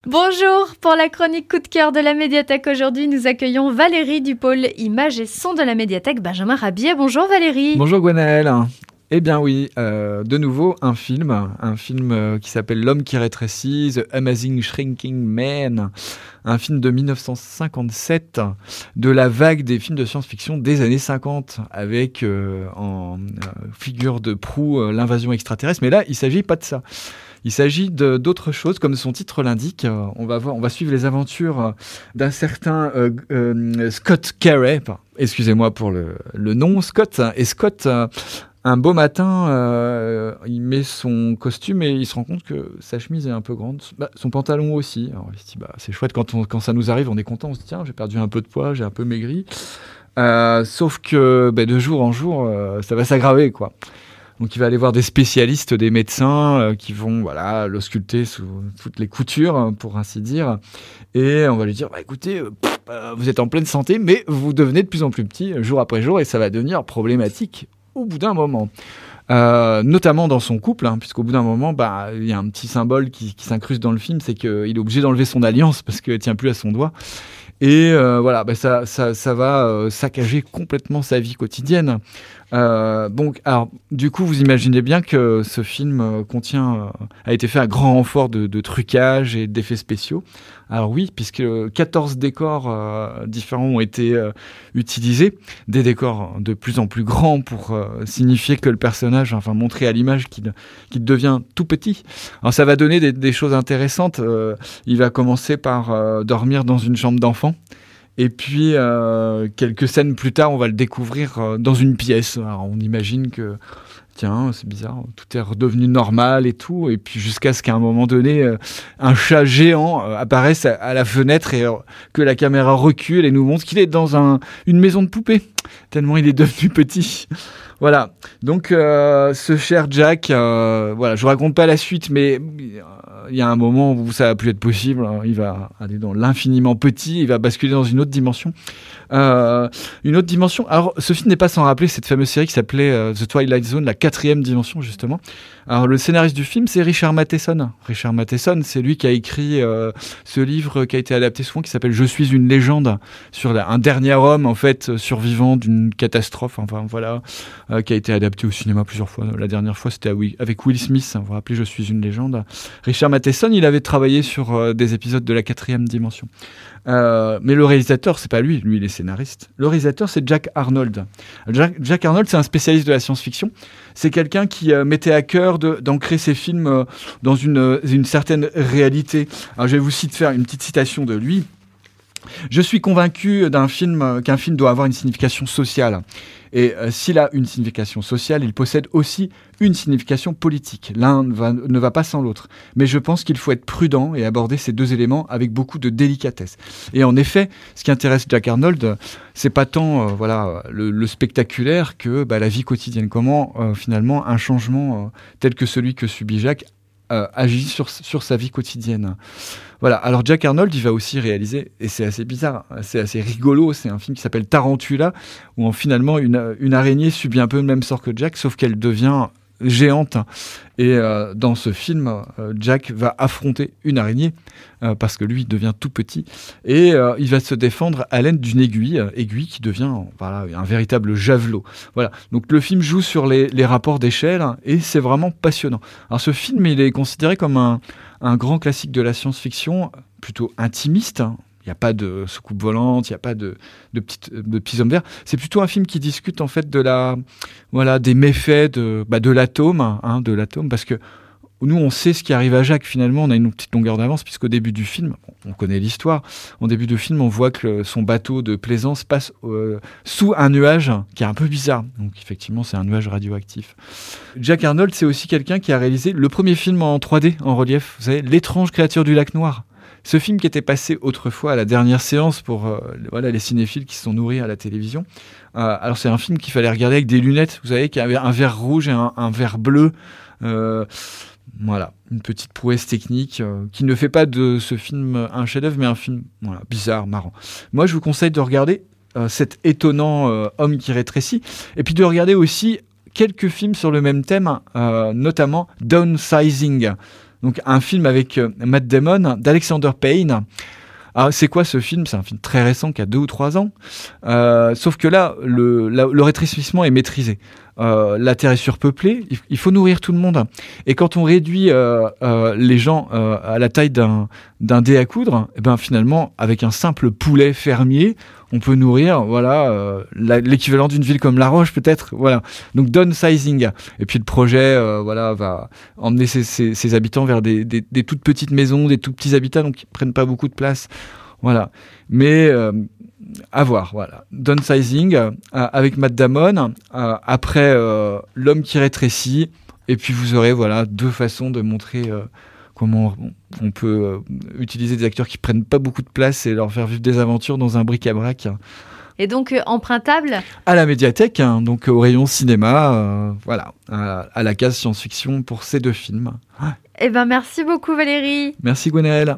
Bonjour, pour la chronique coup de cœur de la médiathèque aujourd'hui, nous accueillons Valérie du pôle images et son de la médiathèque, Benjamin Rabier. Bonjour Valérie. Bonjour Gwenaëlle. Eh bien oui, de nouveau un film qui s'appelle L'homme qui rétrécit, The Amazing Shrinking Man, un film de 1957, de la vague des films de science-fiction des années 50, avec en figure de proue l'invasion extraterrestre. Mais là, il ne s'agit pas de ça. Il s'agit d'autre chose, comme son titre l'indique. On va suivre les aventures d'un certain Scott Carey. Excusez-moi pour le nom, Scott. Et Scott, un beau matin, il met son costume et il se rend compte que sa chemise est un peu grande. Son pantalon aussi. Alors il se dit, c'est chouette quand ça nous arrive, on est content. On se dit, tiens, j'ai perdu un peu de poids, j'ai un peu maigri. Sauf que de jour en jour, ça va s'aggraver, quoi. Donc il va aller voir des spécialistes, des médecins qui vont l'ausculter sous toutes les coutures, pour ainsi dire. Et on va lui dire, écoutez, vous êtes en pleine santé, mais vous devenez de plus en plus petit jour après jour et ça va devenir problématique au bout d'un moment. Notamment dans son couple, puisqu'au bout d'un moment, il y a un petit symbole qui s'incruste dans le film, c'est qu'il est obligé d'enlever son alliance parce qu'elle ne tient plus à son doigt. Et ça va saccager complètement sa vie quotidienne. Du coup, vous imaginez bien que ce film a été fait à grand renfort de trucage et d'effets spéciaux. Alors oui, puisque 14 décors différents ont été utilisés, des décors de plus en plus grands pour signifier que le personnage, montrer à l'image qu'il devient tout petit. Alors ça va donner des choses intéressantes. Il va commencer par dormir dans une chambre d'enfant. Et puis, quelques scènes plus tard, on va le découvrir dans une pièce. Alors, on imagine que, tiens, c'est bizarre, tout est redevenu normal et tout. Et puis, jusqu'à ce qu'à un moment donné, un chat géant apparaisse à la fenêtre et que la caméra recule et nous montre qu'il est dans une maison de poupée, tellement il est devenu petit. Voilà. Donc, ce cher Jack, je vous raconte pas la suite, mais il y a un moment où ça va plus être possible. Il va aller dans l'infiniment petit, il va basculer dans une autre dimension. Alors, ce film n'est pas sans rappeler cette fameuse série qui s'appelait The Twilight Zone, la 4e dimension, justement. Alors, le scénariste du film, c'est Richard Matheson. Richard Matheson, c'est lui qui a écrit ce livre qui a été adapté souvent, qui s'appelle Je suis une légende, sur un dernier homme, en fait, survivant d'une catastrophe, qui a été adapté au cinéma plusieurs fois. La dernière fois, c'était avec Will Smith. Vous vous rappelez, Je suis une légende. Richard Matheson, il avait travaillé sur des épisodes de la 4e dimension. Mais le réalisateur, c'est pas lui il est scénariste. Le réalisateur, c'est Jack Arnold. Jack Arnold, c'est un spécialiste de la science-fiction. C'est quelqu'un qui mettait à cœur d'ancrer ses films dans une certaine réalité. Alors je vais vous faire une petite citation de lui. Je suis convaincu qu'un film doit avoir une signification sociale. Et s'il a une signification sociale, il possède aussi une signification politique. L'un ne va pas sans l'autre. Mais je pense qu'il faut être prudent et aborder ces deux éléments avec beaucoup de délicatesse. Et en effet, ce qui intéresse Jack Arnold, c'est pas tant le spectaculaire que la vie quotidienne. Comment finalement un changement tel que celui que subit Jack agit sur sa vie quotidienne. Voilà. Alors Jack Arnold, il va aussi réaliser, et c'est assez bizarre, c'est assez rigolo, c'est un film qui s'appelle Tarantula, où finalement une araignée subit un peu le même sort que Jack, sauf qu'elle devient géante. Et dans ce film, Jack va affronter une araignée parce que lui, il devient tout petit. Et il va se défendre à l'aide d'une aiguille qui devient un véritable javelot. Voilà. Donc le film joue sur les rapports d'échelle et c'est vraiment passionnant. Alors ce film, il est considéré comme un grand classique de la science-fiction, plutôt intimiste. Il n'y a pas de soucoupe volante, il n'y a pas de petits hommes verts. C'est plutôt un film qui discute en fait des méfaits de l'atome, parce que nous, on sait ce qui arrive à Jacques finalement. On a une petite longueur d'avance puisqu'au début du film, on connaît l'histoire. Au début du film, on voit que son bateau de plaisance passe sous un nuage qui est un peu bizarre. Donc effectivement, c'est un nuage radioactif. Jack Arnold, c'est aussi quelqu'un qui a réalisé le premier film en 3D, en relief. Vous savez, L'étrange créature du lac Noir. Ce film qui était passé autrefois à la dernière séance pour les cinéphiles qui se sont nourris à la télévision. Alors c'est un film qu'il fallait regarder avec des lunettes, vous savez, qui avait un verre rouge et un verre bleu. Une petite prouesse technique qui ne fait pas de ce film un chef-d'œuvre, mais un film bizarre, marrant. Moi, je vous conseille de regarder cet étonnant homme qui rétrécit, et puis de regarder aussi quelques films sur le même thème, notamment Downsizing. Donc un film avec Matt Damon, d'Alexander Payne. Alors, c'est quoi ce film ? C'est un film très récent qui a 2 ou 3 ans. Sauf que là, le rétrécissement est maîtrisé. La Terre est surpeuplée, il faut nourrir tout le monde. Et quand on réduit les gens à la taille d'un dé à coudre, et ben finalement, avec un simple poulet fermier, on peut nourrir l'équivalent d'une ville comme La Roche peut-être. Voilà. Donc downsizing. Et puis le projet va emmener ses habitants vers des toutes petites maisons, des tout petits habitats, donc qui prennent pas beaucoup de place. Voilà. Mais à voir, voilà. Downsizing avec Matt Damon, après L'homme qui rétrécit, et puis vous aurez 2 façons de montrer comment on peut utiliser des acteurs qui prennent pas beaucoup de place et leur faire vivre des aventures dans un bric-à-brac. Et donc empruntable à la médiathèque, donc au rayon cinéma, à la case science-fiction pour ces 2 films. Eh ben merci beaucoup Valérie. Merci Gwenaëlle.